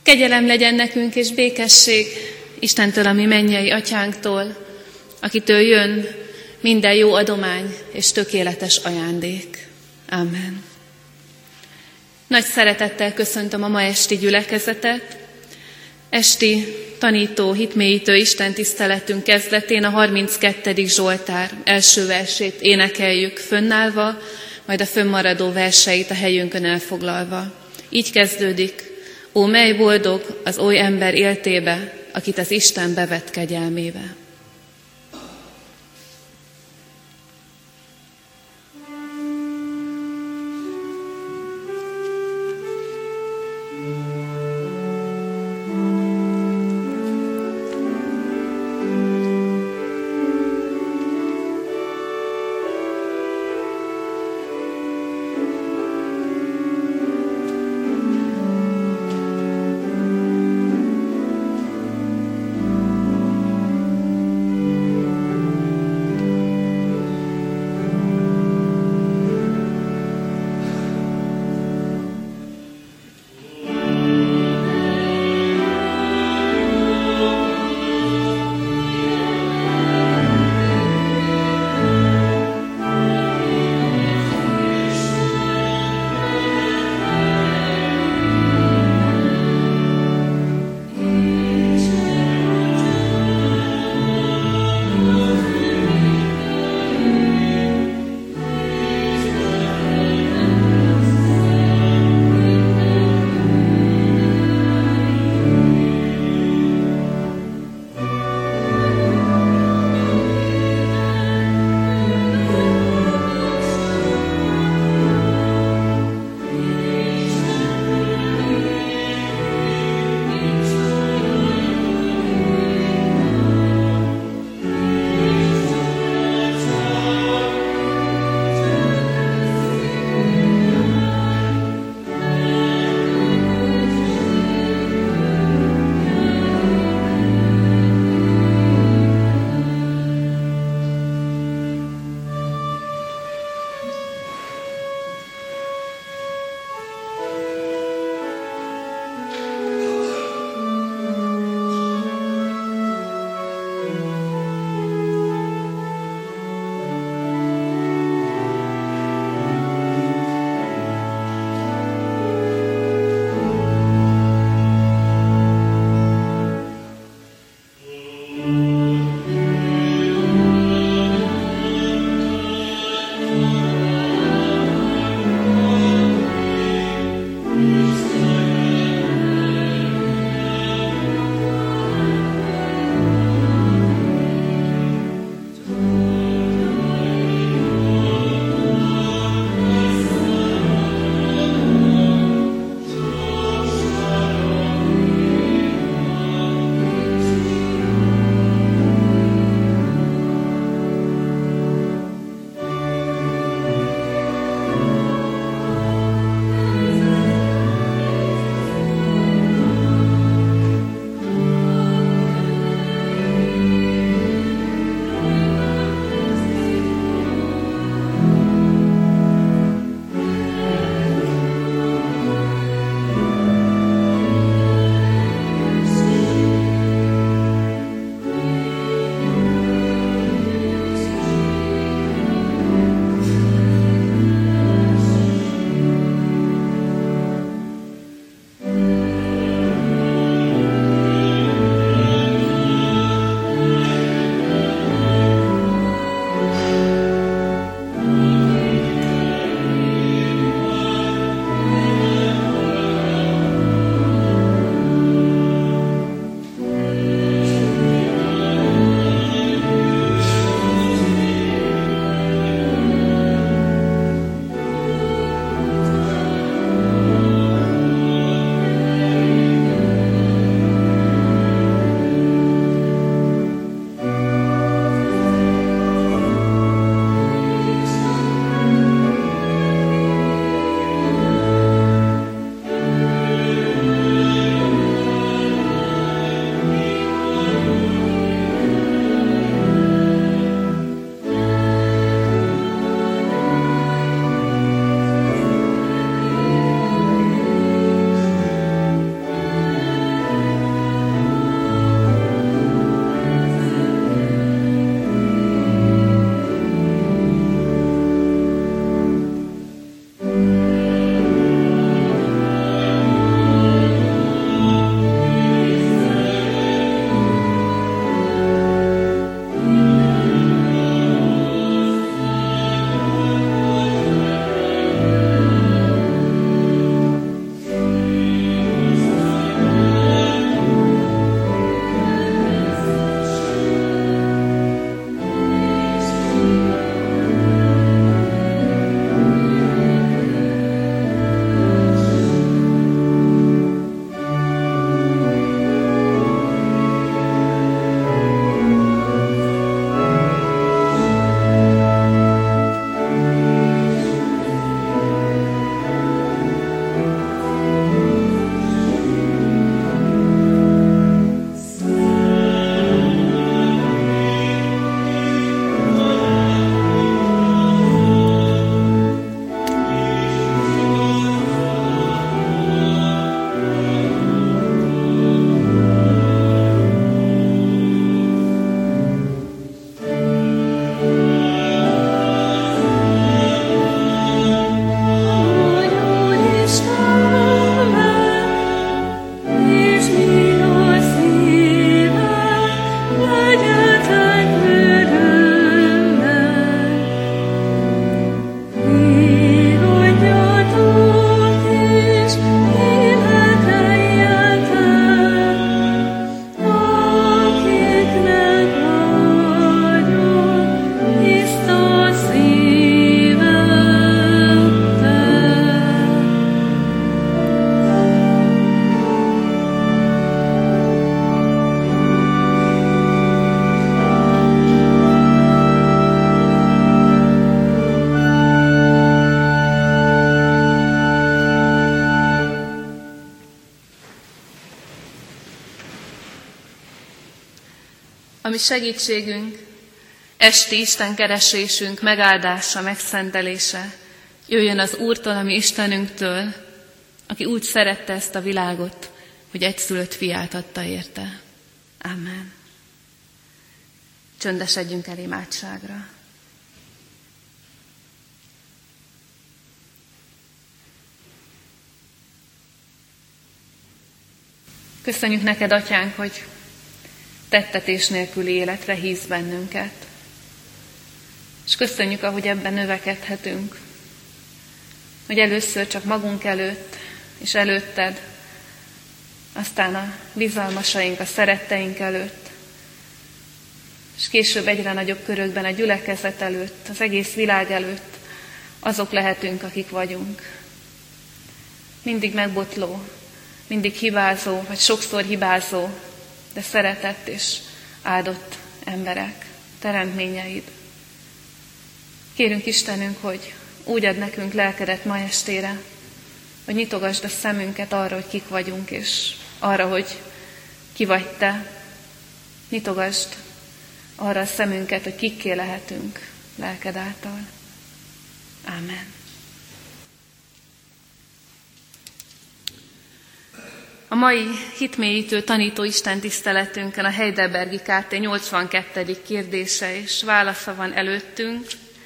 Kegyelem legyen nekünk és békesség Istentől, a mi mennyei atyánktól, akitől jön minden jó adomány és tökéletes ajándék. Amen. Nagy szeretettel köszöntöm a ma esti gyülekezetet. Esti tanító, hitmélyítő istentiszteletünk kezdetén a 32. Zsoltár első versét énekeljük fönnállva, majd a fönnmaradó verseit a helyünkön elfoglalva. Így kezdődik: Ó, mely boldog az oly ember éltébe, akit az Isten bevett kegyelmébe. ami segítségünk, esti Isten keresésünk megáldása, megszentelése jöjjön az Úrtól, ami Istenünktől, aki úgy szerette ezt a világot, hogy egyszülött fiát adta érte. Amen. Csöndesedjünk el imádságra. Köszönjük neked, Atyánk, hogy tettetés nélküli életre hívsz bennünket. És köszönjük, ahogy ebben növekedhetünk, hogy először csak magunk előtt, és előtted, aztán a bizalmasaink, a szeretteink előtt, és később egyre nagyobb körökben a gyülekezet előtt, az egész világ előtt azok lehetünk, akik vagyunk. Mindig megbotló, mindig hibázó, vagy sokszor hibázó, de szeretett és áldott emberek, teremtményeid. Kérünk Istenünk, hogy úgy ad nekünk lelkedet ma estére, hogy nyitogasd a szemünket arra, hogy kik vagyunk, és arra, hogy ki vagy te. Nyitogasd arra a szemünket, hogy kikké lehetünk lelked által. Ámen. A mai hitmélyítő tanító Isten tiszteletünkön a Heidelbergi Kft. 82. kérdése és válasza van előttünk,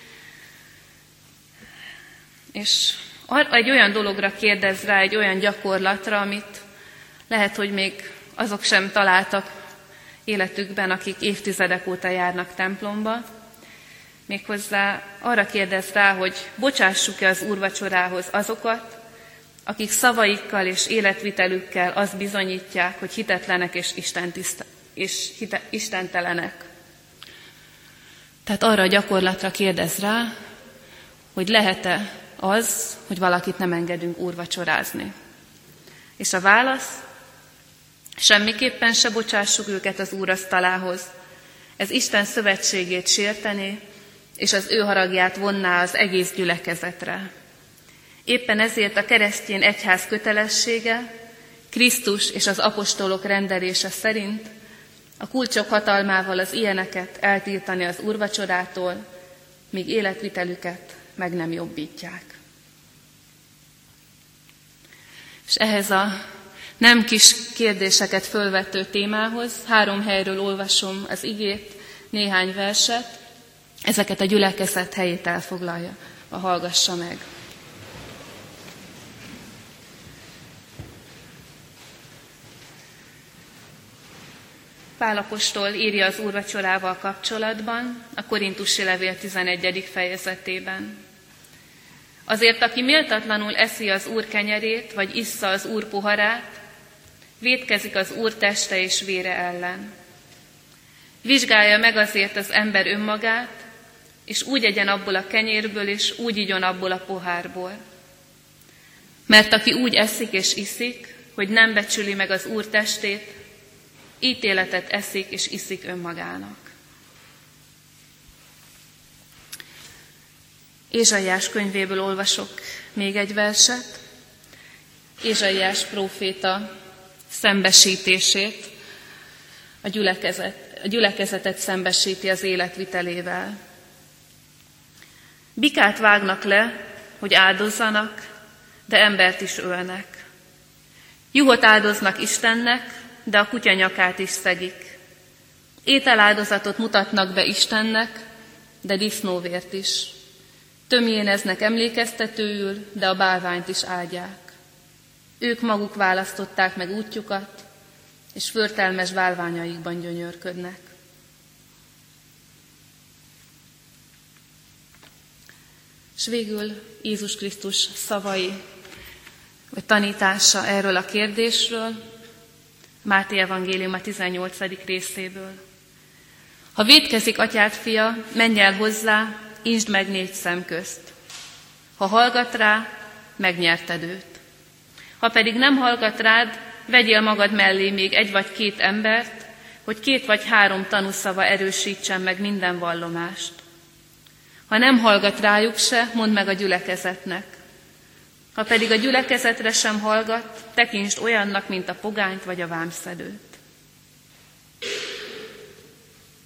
és egy olyan dologra kérdez rá, egy olyan gyakorlatra, amit lehet, hogy még azok sem találtak életükben, akik évtizedek óta járnak templomba. Méghozzá arra kérdez rá, hogy bocsássuk-e az úrvacsorához azokat, akik szavaikkal és életvitelükkel azt bizonyítják, hogy hitetlenek és istentelenek. Tehát arra a gyakorlatra kérdez rá, hogy lehet-e az, hogy valakit nem engedünk úrvacsorázni. És a válasz: semmiképpen se bocsássuk őket az úrasztalához. Ez Isten szövetségét sértené, és az ő haragját vonná az egész gyülekezetre. Éppen ezért a keresztény egyház kötelessége, Krisztus és az apostolok rendelése szerint a kulcsok hatalmával az ilyeneket eltiltani az úrvacsorától, míg életvitelüket meg nem jobbítják. És ehhez a nem kis kérdéseket fölvető témához 3 helyről olvasom az igét, néhány verset, ezeket a gyülekezet helyét elfoglalja, hallgassa meg. Pál apostol írja az úrvacsorával kapcsolatban, a Korintusi levél 11. fejezetében. Azért, aki méltatlanul eszi az Úr kenyerét, vagy issza az Úr poharát, vétkezik az Úr teste és vére ellen. Vizsgálja meg azért az ember önmagát, és úgy egyen abból a kenyérből, és úgy igyon abból a pohárból. Mert aki úgy eszik és iszik, hogy nem becsüli meg az Úr testét, ítéletet eszik és iszik önmagának. Ézsaiás könyvéből olvasok még egy verset. Ézsaiás próféta szembesítését, a gyülekezetet szembesíti az életvitelével. Bikát vágnak le, hogy áldozzanak, de embert is ölnek. Juhot áldoznak Istennek, de a kutya nyakát is szegik. Ételáldozatot mutatnak be Istennek, de disznóvért is. Tömjéneznek emlékeztetőül, de a bálványt is áldják. Ők maguk választották meg útjukat, és förtelmes bálványaikban gyönyörködnek. És végül Jézus Krisztus szavai, vagy tanítása erről a kérdésről, Máté evangélium a 18. részéből. Ha vétkezik atyád fia, menj el hozzá, insd meg 4 szem közt. Ha hallgat rá, megnyerted őt. Ha pedig nem hallgat rád, vegyél magad mellé még 1 vagy 2 embert, hogy 2 vagy 3 tanúszava erősítsen meg minden vallomást. Ha nem hallgat rájuk se, mondd meg a gyülekezetnek. Ha pedig a gyülekezetre sem hallgat, tekintsd olyannak, mint a pogányt vagy a vámszedőt.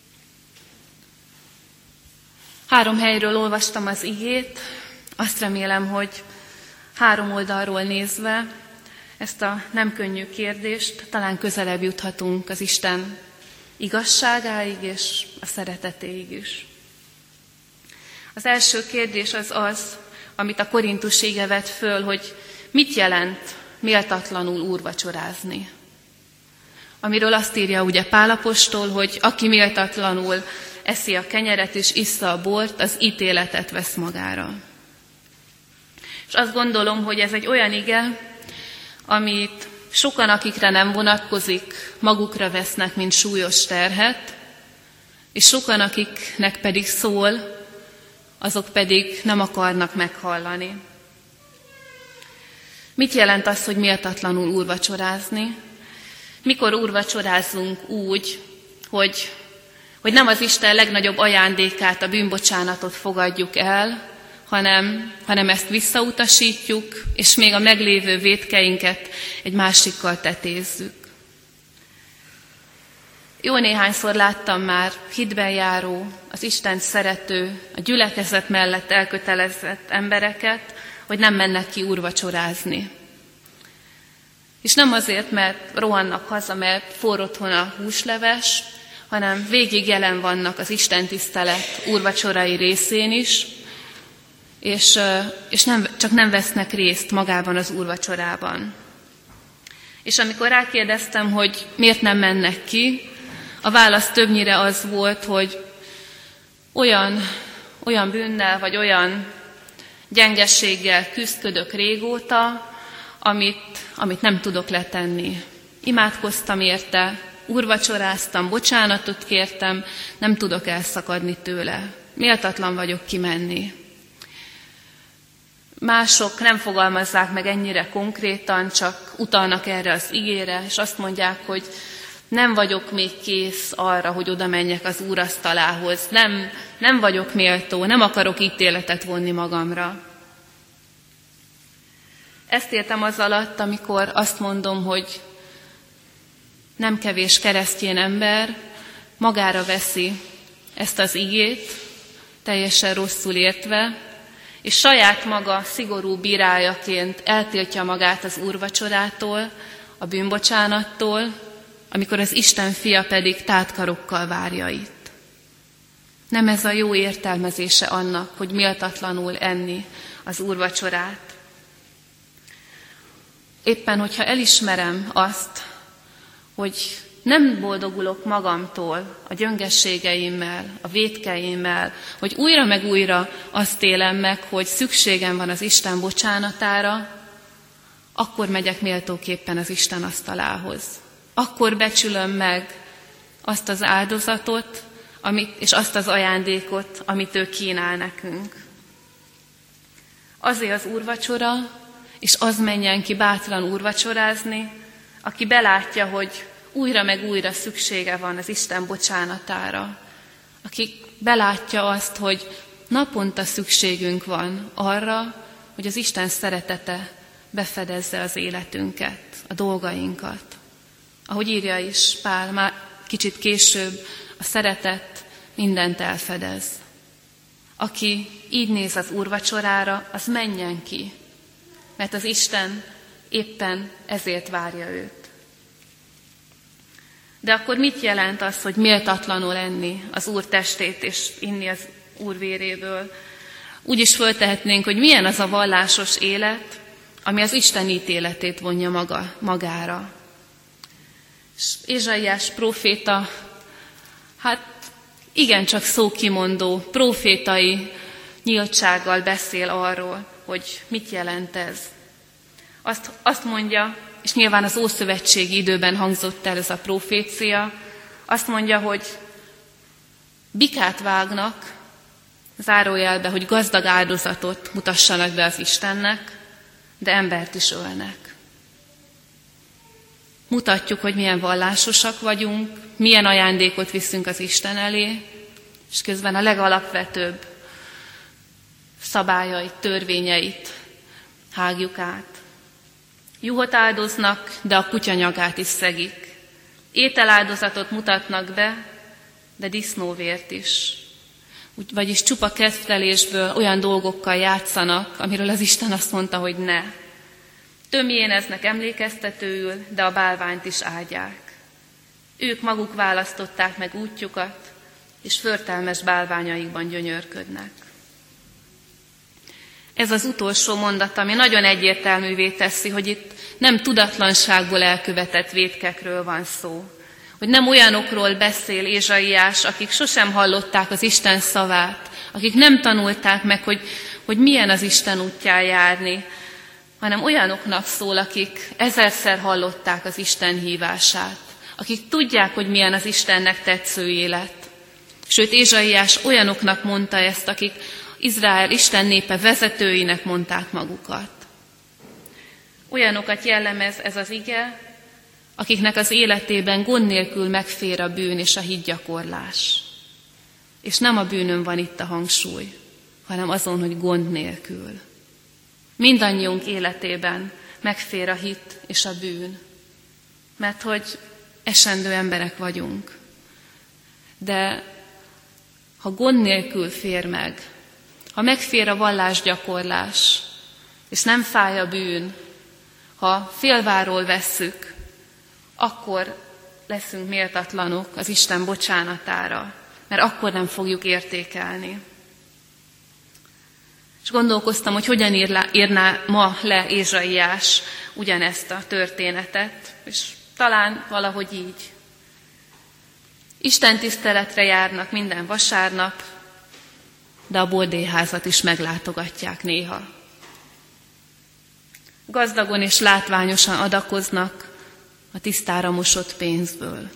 3 helyről olvastam az igét, azt remélem, hogy 3 oldalról nézve ezt a nem könnyű kérdést talán közelebb juthatunk az Isten igazságáig és a szeretetéig is. Az első kérdés az, amit a Korintus ége vett föl, hogy mit jelent méltatlanul úrvacsorázni. Amiről azt írja ugye Pál apostol, hogy aki méltatlanul eszi a kenyeret és issza a bort, az ítéletet vesz magára. És azt gondolom, hogy ez egy olyan ige, amit sokan, akikre nem vonatkozik, magukra vesznek, mint súlyos terhet, és sokan, akiknek pedig szól, azok pedig nem akarnak meghallani. Mit jelent az, hogy méltatlanul úrvacsorázni? Mikor úrvacsorázzunk úgy, hogy nem az Isten legnagyobb ajándékát, a bűnbocsánatot fogadjuk el, hanem ezt visszautasítjuk, és még a meglévő vétkeinket egy másikkal tetézzük. Jó néhányszor láttam már hitben járó, az Istent szerető, a gyülekezet mellett elkötelezett embereket, hogy nem mennek ki úrvacsorázni. És nem azért, mert rohannak haza, mert forró otthon a húsleves, hanem végig jelen vannak az istentisztelet úrvacsorai részén is, és csak nem vesznek részt magában az úrvacsorában. És amikor rákérdeztem, hogy miért nem mennek ki, a válasz többnyire az volt, hogy olyan bűnnel, vagy olyan gyengeséggel küzdködök régóta, amit nem tudok letenni. Imádkoztam érte, úrvacsoráztam, bocsánatot kértem, nem tudok elszakadni tőle. Méltatlan vagyok kimenni. Mások nem fogalmazzák meg ennyire konkrétan, csak utalnak erre az igére, és azt mondják, hogy nem vagyok még kész arra, hogy oda menjek az úrasztalához. Nem vagyok méltó, nem akarok ítéletet vonni magamra. Ezt értem az alatt, amikor azt mondom, hogy nem kevés keresztény ember magára veszi ezt az igét, teljesen rosszul értve, és saját maga szigorú bírájaként eltiltja magát az úrvacsorától, a bűnbocsánattól, amikor az Isten fia pedig tátkarokkal várja itt. Nem ez a jó értelmezése annak, hogy méltatlanul enni az úrvacsorát. Éppen, hogyha elismerem azt, hogy nem boldogulok magamtól, a gyöngességeimmel, a vétkeimmel, hogy újra meg újra azt élem meg, hogy szükségem van az Isten bocsánatára, akkor megyek méltóképpen az Isten asztalához. Akkor becsülöm meg azt az áldozatot, és azt az ajándékot, amit ő kínál nekünk. Azért az úrvacsora, és az menjen ki bátran úrvacsorázni, aki belátja, hogy újra meg újra szüksége van az Isten bocsánatára. Aki belátja azt, hogy naponta szükségünk van arra, hogy az Isten szeretete befedezze az életünket, a dolgainkat. Ahogy írja is Pál, már kicsit később, a szeretet mindent elfedez. Aki így néz az úrvacsorára, az menjen ki, mert az Isten éppen ezért várja őt. De akkor mit jelent az, hogy méltatlanul enni az Úr testét és inni az Úr véréből? Úgy is föltehetnénk, hogy milyen az a vallásos élet, ami az Isten ítéletét vonja magára. És Ézsaiás próféta, igencsak szókimondó, prófétai nyíltsággal beszél arról, hogy mit jelent ez. Azt mondja, és nyilván az ószövetségi időben hangzott el ez a profécia, azt mondja, hogy bikát vágnak, zárójelbe, hogy gazdag áldozatot mutassanak be az Istennek, de embert is ölnek. Mutatjuk, hogy milyen vallásosak vagyunk, milyen ajándékot viszünk az Isten elé, és közben a legalapvetőbb szabályait, törvényeit hágjuk át. Juhot áldoznak, de a kutyanyagát is szegik. Ételáldozatot mutatnak be, de disznóvért is. vagyis csupa kedvelésből olyan dolgokkal játszanak, amiről az Isten azt mondta, hogy ne. Tömjéneznek emlékeztetőül, de a bálványt is áldják. Ők maguk választották meg útjukat, és förtelmes bálványaikban gyönyörködnek. Ez az utolsó mondat, ami nagyon egyértelművé teszi, hogy itt nem tudatlanságból elkövetett vétkekről van szó. Hogy nem olyanokról beszél Ézsaiás, akik sosem hallották az Isten szavát, akik nem tanulták meg, hogy milyen az Isten útján járni, hanem olyanoknak szól, akik ezerszer hallották az Isten hívását, akik tudják, hogy milyen az Istennek tetsző élet. Sőt, Ézsaiás olyanoknak mondta ezt, akik Izrael Isten népe vezetőinek mondták magukat. Olyanokat jellemez ez az ige, akiknek az életében gond nélkül megfér a bűn és a hídgyakorlás. És nem a bűnön van itt a hangsúly, hanem azon, hogy gond nélkül. Mindannyiunk életében megfér a hit és a bűn, mert hogy esendő emberek vagyunk. De ha gond nélkül fér meg, ha megfér a vallásgyakorlás, és nem fáj a bűn, ha félváról vesszük, akkor leszünk méltatlanok az Isten bocsánatára, mert akkor nem fogjuk értékelni. És gondolkoztam, hogy hogyan írná ma le Ézsaiás ugyanezt a történetet, és talán valahogy így. Isten tiszteletre járnak minden vasárnap, de a bordélyházat is meglátogatják néha. Gazdagon és látványosan adakoznak a tisztára mosott pénzből.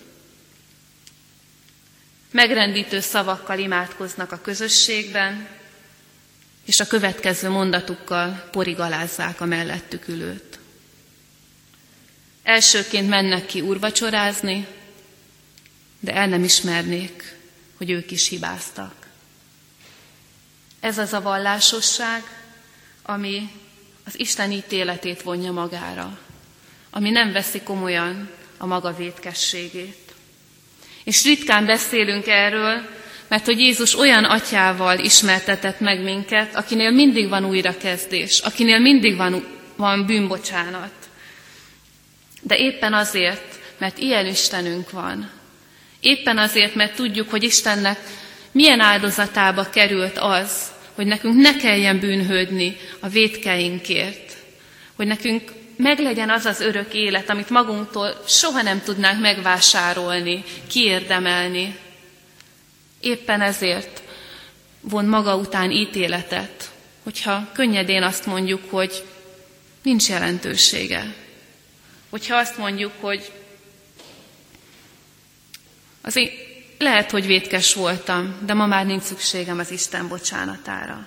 Megrendítő szavakkal imádkoznak a közösségben, és a következő mondatukkal porigalázzák a mellettük ülőt. Elsőként mennek ki úrvacsorázni, de el nem ismernék, hogy ők is hibáztak. Ez az a vallásosság, ami az Isten ítéletét vonja magára, ami nem veszi komolyan a maga vétkességét. És ritkán beszélünk erről, mert hogy Jézus olyan atyával ismertetett meg minket, akinél mindig van újrakezdés, akinél mindig van bűnbocsánat. De éppen azért, mert ilyen Istenünk van, éppen azért, mert tudjuk, hogy Istennek milyen áldozatába került az, hogy nekünk ne kelljen bűnhődni a vétkeinkért, hogy nekünk meglegyen az az örök élet, amit magunktól soha nem tudnánk megvásárolni, kiérdemelni. Éppen ezért von maga után ítéletet, hogyha könnyedén azt mondjuk, hogy nincs jelentősége. Hogyha azt mondjuk, hogy azért lehet, hogy vétkes voltam, de ma már nincs szükségem az Isten bocsánatára.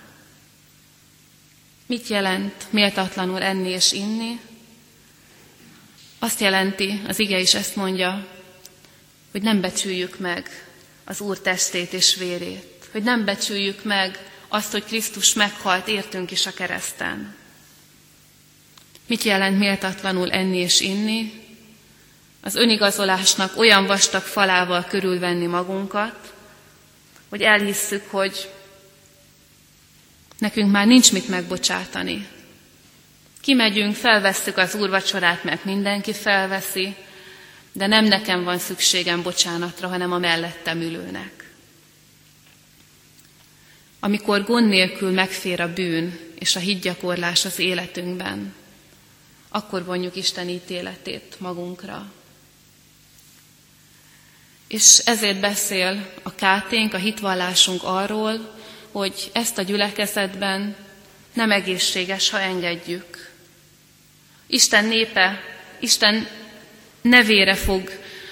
Mit jelent méltatlanul enni és inni? Azt jelenti, az ige is ezt mondja, hogy nem becsüljük meg az Úr testét és vérét, hogy nem becsüljük meg azt, hogy Krisztus meghalt értünk is a kereszten. Mit jelent méltatlanul enni és inni? Az önigazolásnak olyan vastag falával körülvenni magunkat, hogy elhisszük, hogy nekünk már nincs mit megbocsátani. Kimegyünk, felvesszük az úrvacsorát, mert mindenki felveszi, de nem nekem van szükségem bocsánatra, hanem a mellettem ülőnek. Amikor gond nélkül megfér a bűn és a hídgyakorlás az életünkben, akkor vonjuk Isten ítéletét magunkra. És ezért beszél a káténk, a hitvallásunk arról, hogy ezt a gyülekezetben nem egészséges, ha engedjük. Isten népe, Isten nevére fog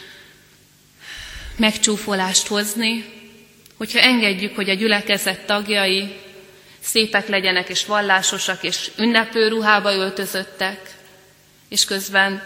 megcsúfolást hozni, hogyha engedjük, hogy a gyülekezet tagjai szépek legyenek és vallásosak és ünneplő ruhába öltözöttek, és közben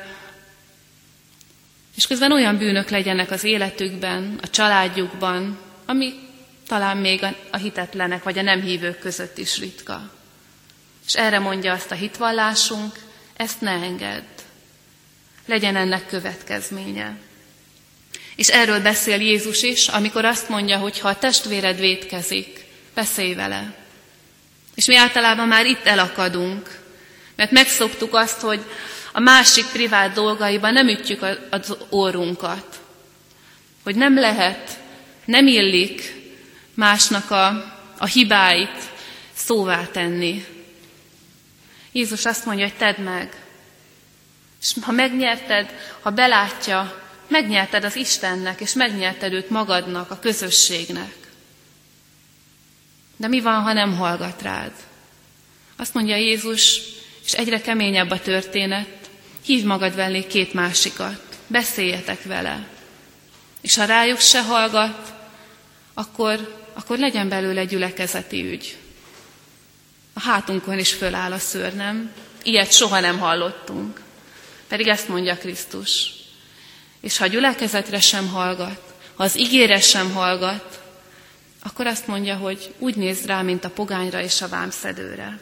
olyan bűnök legyenek az életükben, a családjukban, ami talán még a hitetlenek vagy a nem hívők között is ritka. És erre mondja azt a hitvallásunk, ezt ne engedd. Legyen ennek következménye. És erről beszél Jézus is, amikor azt mondja, hogy ha a testvéred vétkezik, beszélj vele. És mi általában már itt elakadunk, mert megszoktuk azt, hogy a másik privát dolgaiban nem ütjük az orrunkat. Hogy nem lehet, nem illik másnak a hibáit szóvá tenni. Jézus azt mondja, hogy tedd meg. És ha megnyerted, ha belátja, megnyerted az Istennek, és megnyerted őt magadnak, a közösségnek. De mi van, ha nem hallgat rád? Azt mondja Jézus, és egyre keményebb a történet, hívd magad mellé 2 másikat, beszéljetek vele. És ha rájuk se hallgat, akkor legyen belőle gyülekezeti ügy. A hátunkon is föláll a szőr, nem? Ilyet soha nem hallottunk. Pedig ezt mondja Krisztus. És ha a gyülekezetre sem hallgat, ha az igére sem hallgat, akkor azt mondja, hogy úgy néz rá, mint a pogányra és a vámszedőre.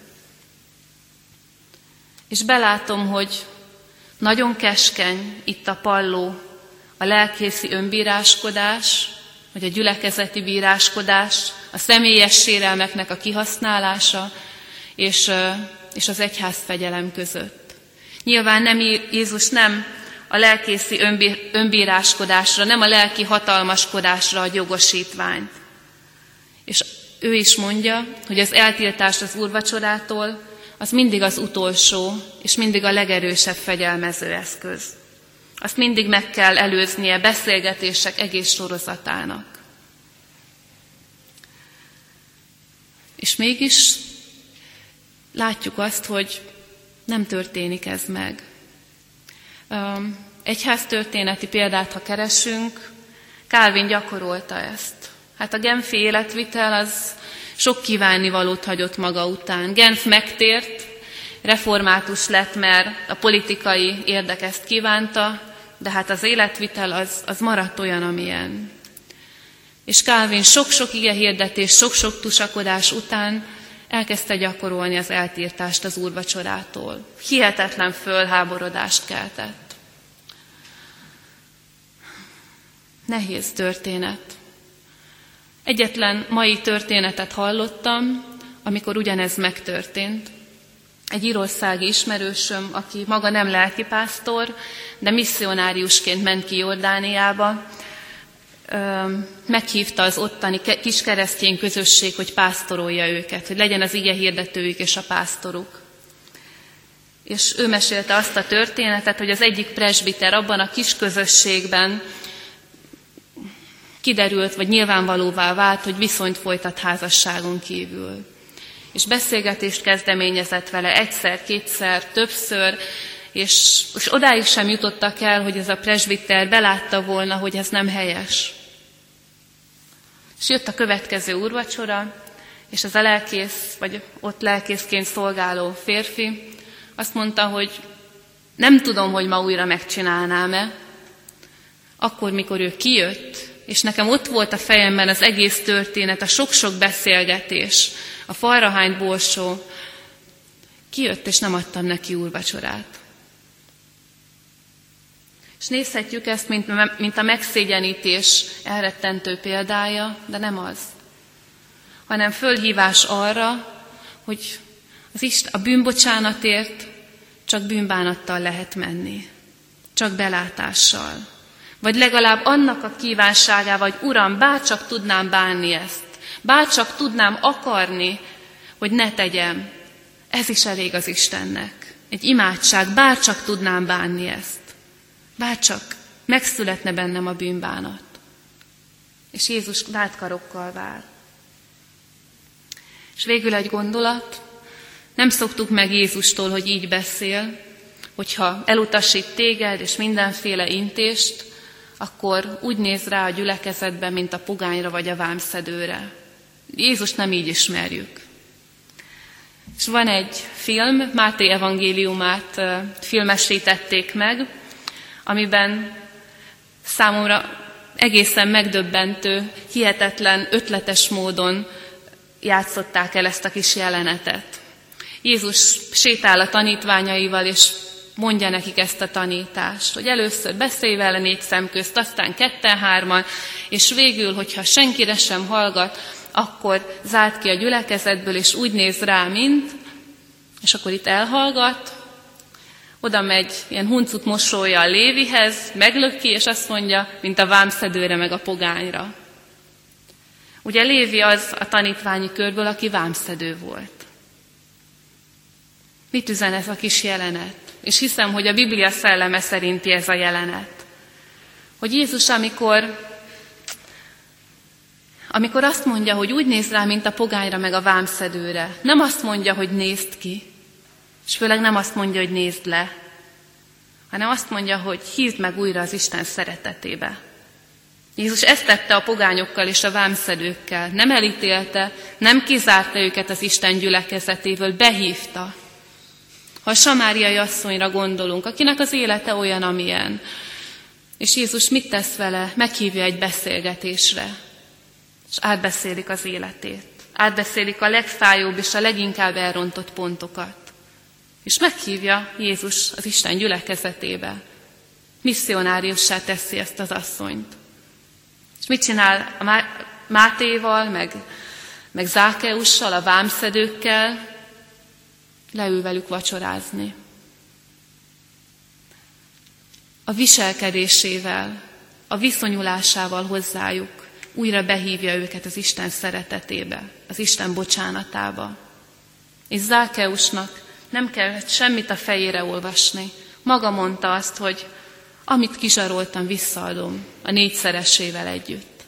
És belátom, hogy nagyon keskeny itt a palló, a lelkészi önbíráskodás, vagy a gyülekezeti bíráskodás, a személyes sérelmeknek a kihasználása, és az egyházfegyelem között. Nyilván Jézus nem a lelkészi önbíráskodásra, nem a lelki hatalmaskodásra ad jogosítványt. És ő is mondja, hogy az eltiltás az úrvacsorától az mindig az utolsó, és mindig a legerősebb fegyelmező eszköz. Azt mindig meg kell előznie beszélgetések egész sorozatának. És mégis látjuk azt, hogy nem történik ez meg. Egyháztörténeti példát, ha keresünk, Calvin gyakorolta ezt. Hát a genfi életvitel az sok kívánnivalót hagyott maga után. Genf megtért, református lett, mert a politikai érdek ezt kívánta, de hát az életvitel az maradt olyan, amilyen. És Calvin sok-sok igehirdetés, sok-sok tusakodás után elkezdte gyakorolni az eltiltást az úrvacsorától. Hihetetlen fölháborodást keltett. Nehéz történet. Egyetlen mai történetet hallottam, amikor ugyanez megtörtént. Egy írországi ismerősöm, aki maga nem lelkipásztor, de misszionáriusként ment ki Jordániába, meghívta az ottani kis keresztény közösség, hogy pásztorolja őket, hogy legyen az igehirdetőjük és a pásztoruk. És ő mesélte azt a történetet, hogy az egyik presbiter abban a kis közösségben kiderült, vagy nyilvánvalóvá vált, hogy viszonyt folytat házasságon kívül. És beszélgetést kezdeményezett vele egyszer, kétszer, többször, és odáig sem jutottak el, hogy ez a presbiter belátta volna, hogy ez nem helyes. És jött a következő úrvacsora, és az a lelkész, vagy ott lelkészként szolgáló férfi azt mondta, hogy nem tudom, hogy ma újra megcsinálnám-e. Akkor, mikor ő kijött, és nekem ott volt a fejemben az egész történet, a sok-sok beszélgetés, a falrahányt borsó, kijött, és nem adtam neki úrvacsorát. És nézhetjük ezt, mint a megszégyenítés elrettentő példája, de nem az. Hanem fölhívás arra, hogy a bűnbocsánatért csak bűnbánattal lehet menni. Csak belátással. Vagy legalább annak a kívánságával, hogy Uram, bárcsak tudnám bánni ezt, bárcsak tudnám akarni, hogy ne tegyem. Ez is elég az Istennek. Egy imádság, bárcsak tudnám bánni ezt. Bárcsak megszületne bennem a bűnbánat. És Jézus látkarokkal vár. És végül egy gondolat, nem szoktuk meg Jézustól, hogy így beszél, hogyha elutasít téged és mindenféle intést, akkor úgy néz rá a gyülekezetben, mint a pogányra vagy a vámszedőre. Jézus nem így ismerjük. És van egy film, Máté evangéliumát filmesítették meg, amiben számomra egészen megdöbbentő, hihetetlen, ötletes módon játszották el ezt a kis jelenetet. Jézus sétál a tanítványaival, és mondja nekik ezt a tanítást, hogy először beszélj vele 4 szem közt, aztán 2-3, és végül, hogyha senkire sem hallgat, akkor zárt ki a gyülekezetből, és úgy néz rá, mint, és akkor itt elhallgat, oda megy ilyen huncut mosollyal Lévihez, meglöki, és azt mondja, mint a vámszedőre meg a pogányra. Ugye Lévi az a tanítványi körből, aki vámszedő volt. Mit üzen ez a kis jelenet? És hiszem, hogy a Biblia szelleme szerinti ez a jelenet. Hogy Jézus, amikor azt mondja, hogy úgy néz rá, mint a pogányra meg a vámszedőre, nem azt mondja, hogy nézd ki, és főleg nem azt mondja, hogy nézd le, hanem azt mondja, hogy hívd meg újra az Isten szeretetébe. Jézus ezt tette a pogányokkal és a vámszedőkkel. Nem elítélte, nem kizárta őket az Isten gyülekezetéből, behívta. Ha a samáriai asszonyra gondolunk, akinek az élete olyan, amilyen, és Jézus mit tesz vele? Meghívja egy beszélgetésre, és átbeszélik az életét. Átbeszélik a legfájóbb és a leginkább elrontott pontokat. És meghívja Jézus az Isten gyülekezetébe. Misszionáriussá teszi ezt az asszonyt. És mit csinál a Mátéval, meg Zákeussal, a vámszedőkkel? Leül velük vacsorázni. A viselkedésével, a viszonyulásával hozzájuk újra behívja őket az Isten szeretetébe, az Isten bocsánatába. És Zákeusnak nem kellett semmit a fejére olvasni. Maga mondta azt, hogy amit kizsaroltam, visszaadom a 4-szeresével együtt.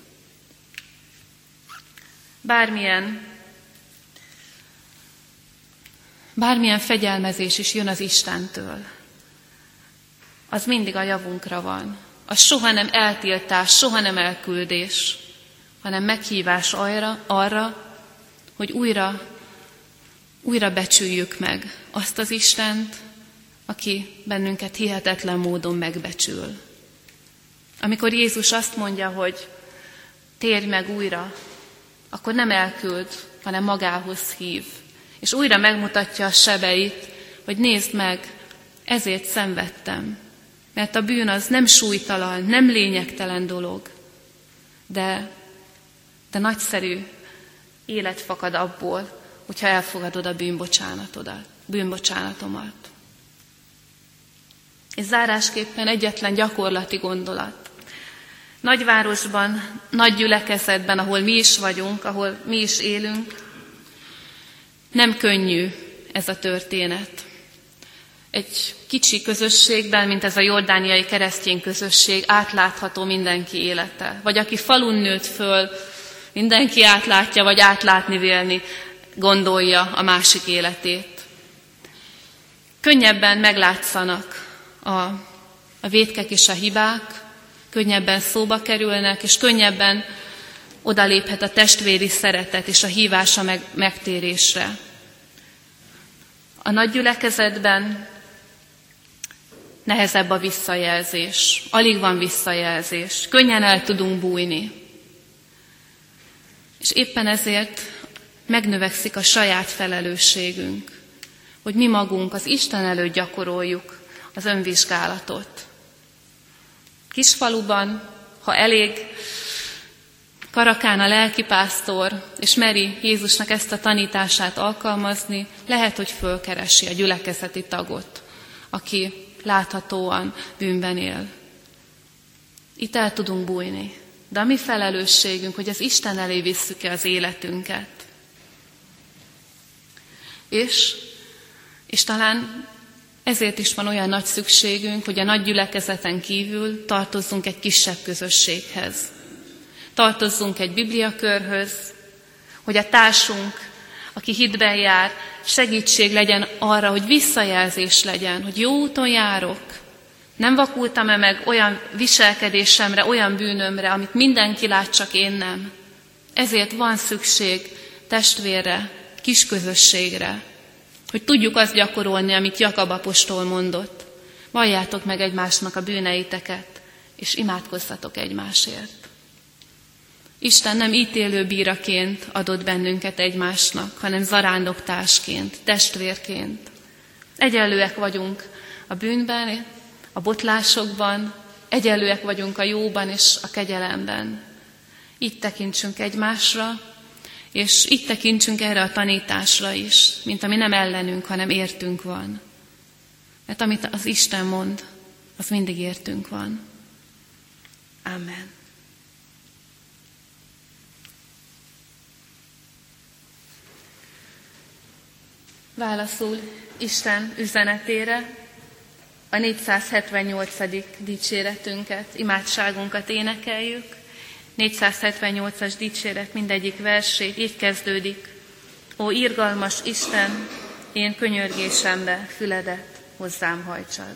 Bármilyen fegyelmezés is jön az Istentől, az mindig a javunkra van. Az soha nem eltiltás, soha nem elküldés, hanem meghívás arra, hogy újra becsüljük meg azt az Istent, aki bennünket hihetetlen módon megbecsül. Amikor Jézus azt mondja, hogy térj meg újra, akkor nem elküld, hanem magához hív. És újra megmutatja a sebeit, hogy nézd meg, ezért szenvedtem. Mert a bűn az nem súlytalan, nem lényegtelen dolog, de nagyszerű élet fakad abból, hogyha elfogadod a bűnbocsánatomat. És zárásképpen egyetlen gyakorlati gondolat. Nagyvárosban, nagy gyülekezetben, ahol mi is vagyunk, ahol mi is élünk, nem könnyű ez a történet. Egy kicsi közösségben, mint ez a jordániai keresztény közösség, átlátható mindenki élete. Vagy aki falun nőtt föl, mindenki átlátja, vagy átlátni vélni gondolja a másik életét. Könnyebben meglátszanak a vétkek és a hibák, könnyebben szóba kerülnek, és könnyebben odaléphet a testvéri szeretet és a hívása megtérésre. A nagy gyülekezetben nehezebb a visszajelzés, alig van visszajelzés, könnyen el tudunk bújni. És éppen ezért megnövekszik a saját felelősségünk, hogy mi magunk az Isten előtt gyakoroljuk az önvizsgálatot. Kisfaluban, ha elég karakán a lelkipásztor, és meri Jézusnak ezt a tanítását alkalmazni, lehet, hogy fölkeresi a gyülekezeti tagot, aki láthatóan bűnben él. Itt el tudunk bújni, de a mi felelősségünk, hogy az Isten elé visszük-e az életünket. És talán ezért is van olyan nagy szükségünk, hogy a nagy gyülekezeten kívül tartozzunk egy kisebb közösséghez. Tartozzunk egy bibliakörhöz, hogy a társunk, aki hitben jár, segítség legyen arra, hogy visszajelzés legyen, hogy jó úton járok. Nem vakultam-e meg olyan viselkedésemre, olyan bűnömre, amit mindenki lát, csak én nem. Ezért van szükség testvérre, kisközösségre, hogy tudjuk azt gyakorolni, amit Jakab apostol mondott. Valljátok meg egymásnak a bűneiteket, és imádkozzatok egymásért. Isten nem ítélő bíraként adott bennünket egymásnak, hanem zarándoktársként, testvérként. Egyenlőek vagyunk a bűnben, a botlásokban, egyenlőek vagyunk a jóban és a kegyelemben. Így tekintsünk egymásra, És itt tekintsünk erre a tanításra is, mint ami nem ellenünk, hanem értünk van. Mert amit az Isten mond, az mindig értünk van. Amen. Válaszul Isten üzenetére a 478. dicséretünket, imádságunkat énekeljük. 478-as dicséret mindegyik versét így kezdődik. Ó, irgalmas Isten, én könyörgésembe füledet hozzám hajtsad.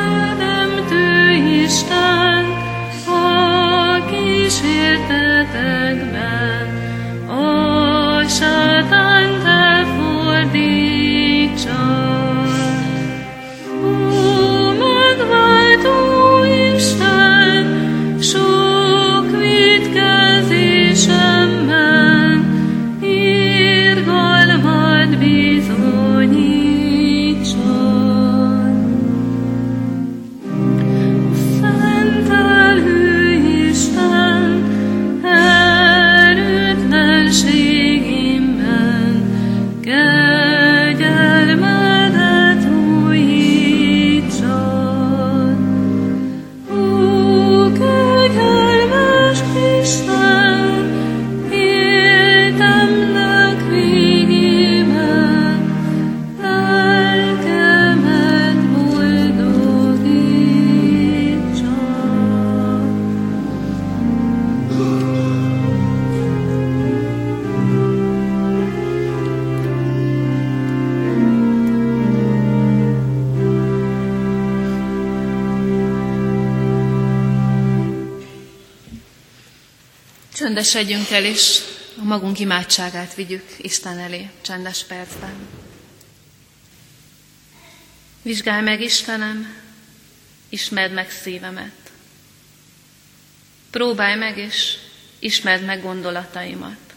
Isten, a kísértetet Csöndesedjünk el, és a magunk imádságát vigyük Isten elé csendes percben. Vizsgálj meg, Istenem, ismerd meg szívemet. Próbálj meg, és ismerd meg gondolataimat.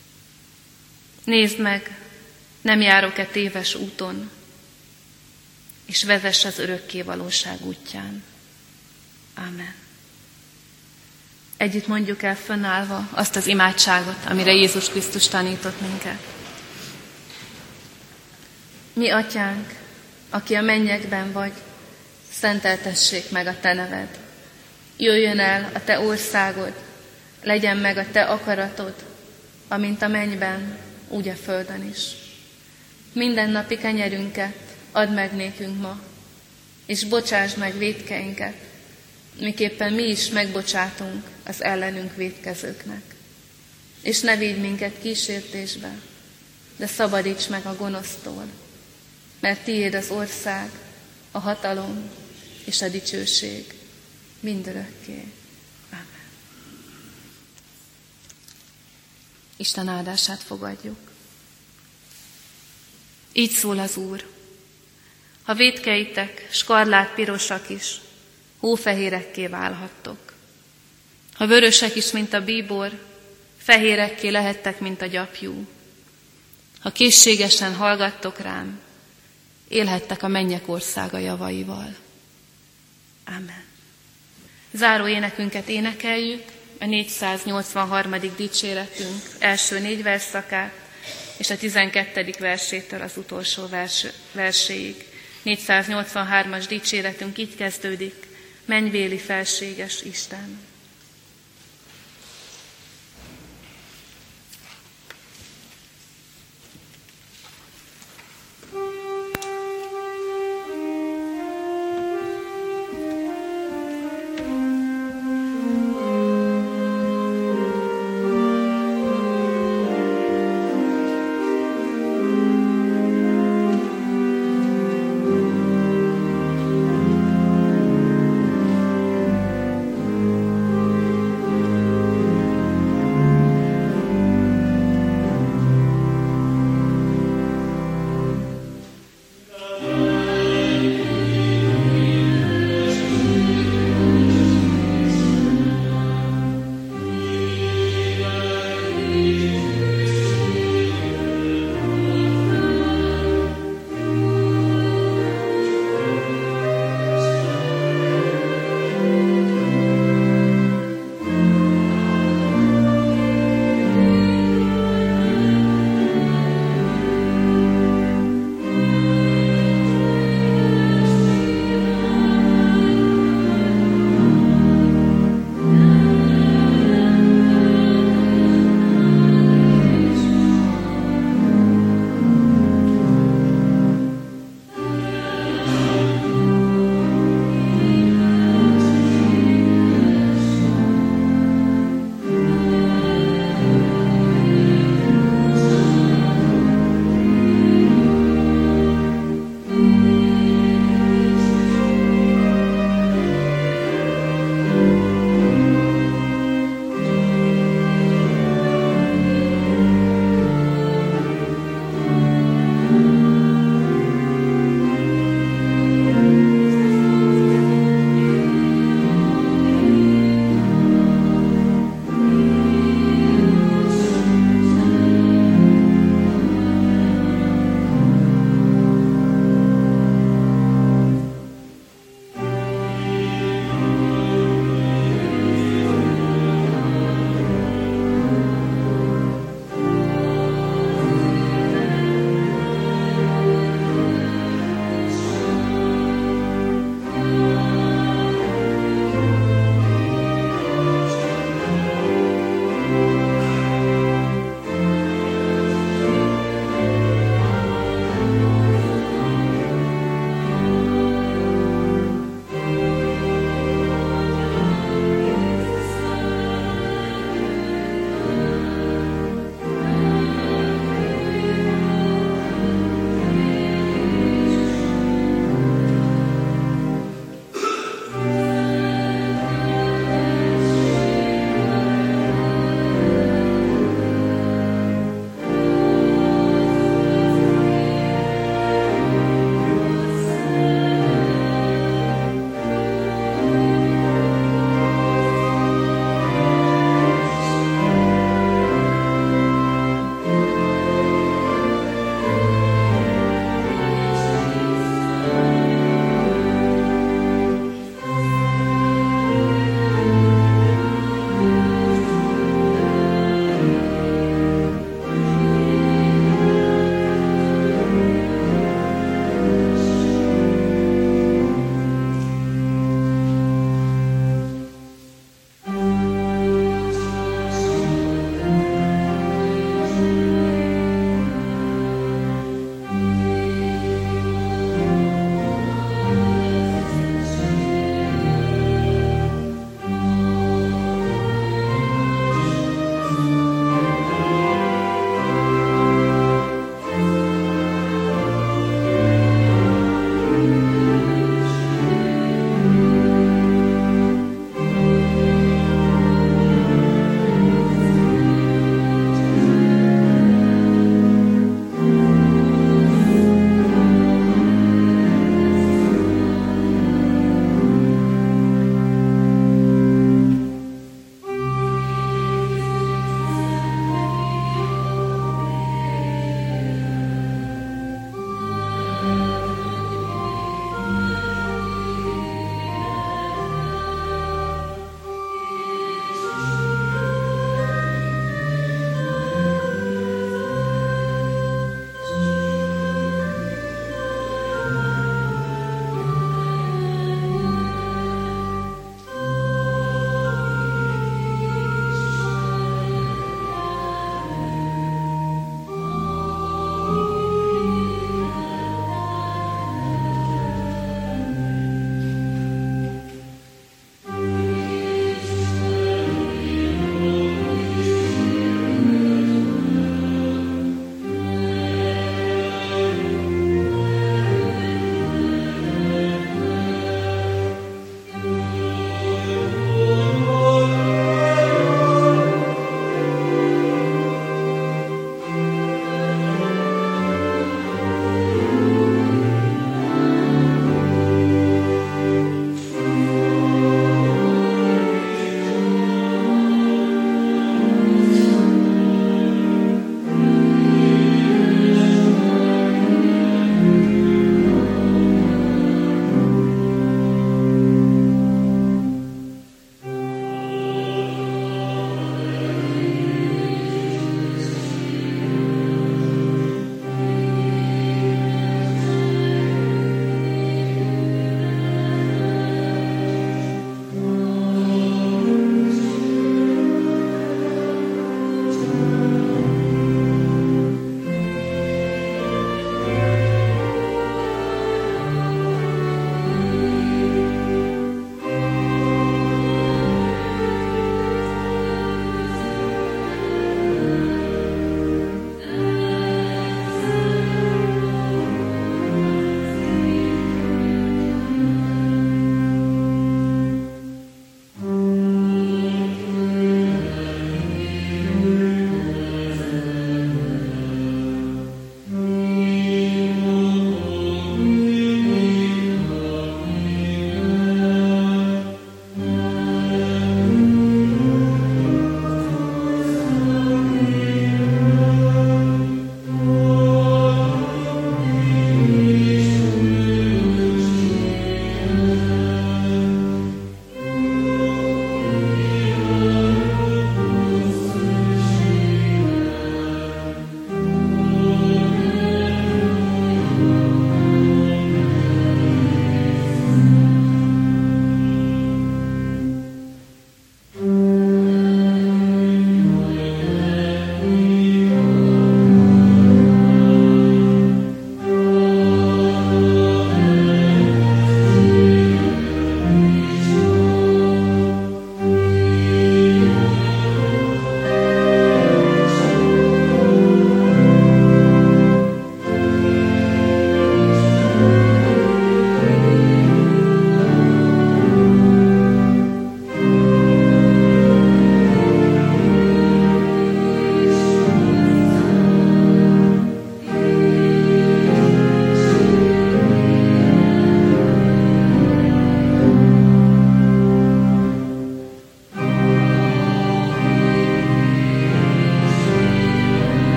Nézd meg, nem járok-e téves úton, és vezess az örökké valóság útján. Amen. Együtt mondjuk el fönnállva azt az imádságot, amire Jézus Krisztus tanított minket. Mi atyánk, aki a mennyekben vagy, szenteltessék meg a te neved. Jöjjön el a te országod, legyen meg a te akaratod, amint a mennyben, úgy a földön is. Mindennapi kenyerünket add meg nékünk ma, és bocsásd meg vétkeinket, miképpen mi is megbocsátunk az ellenünk vétkezőknek. És ne vigy minket kísértésbe, de szabadíts meg a gonosztól, mert tiéd az ország, a hatalom és a dicsőség mindörökké. Amen. Isten áldását fogadjuk. Így szól az Úr: ha vétkeitek skarlát pirosak is, hófehérekké válhattok. Ha vörösek is, mint a bíbor, fehérekké lehettek, mint a gyapjú. Ha készségesen hallgattok rám, élhettek a mennyek országa javaival. Amen. Záró énekünket énekeljük, a 483. dicséretünk első 4 versszakát, és a 12. versétől az utolsó verséig. 483-as dicséretünk így kezdődik: Mennyvéli felséges Isten.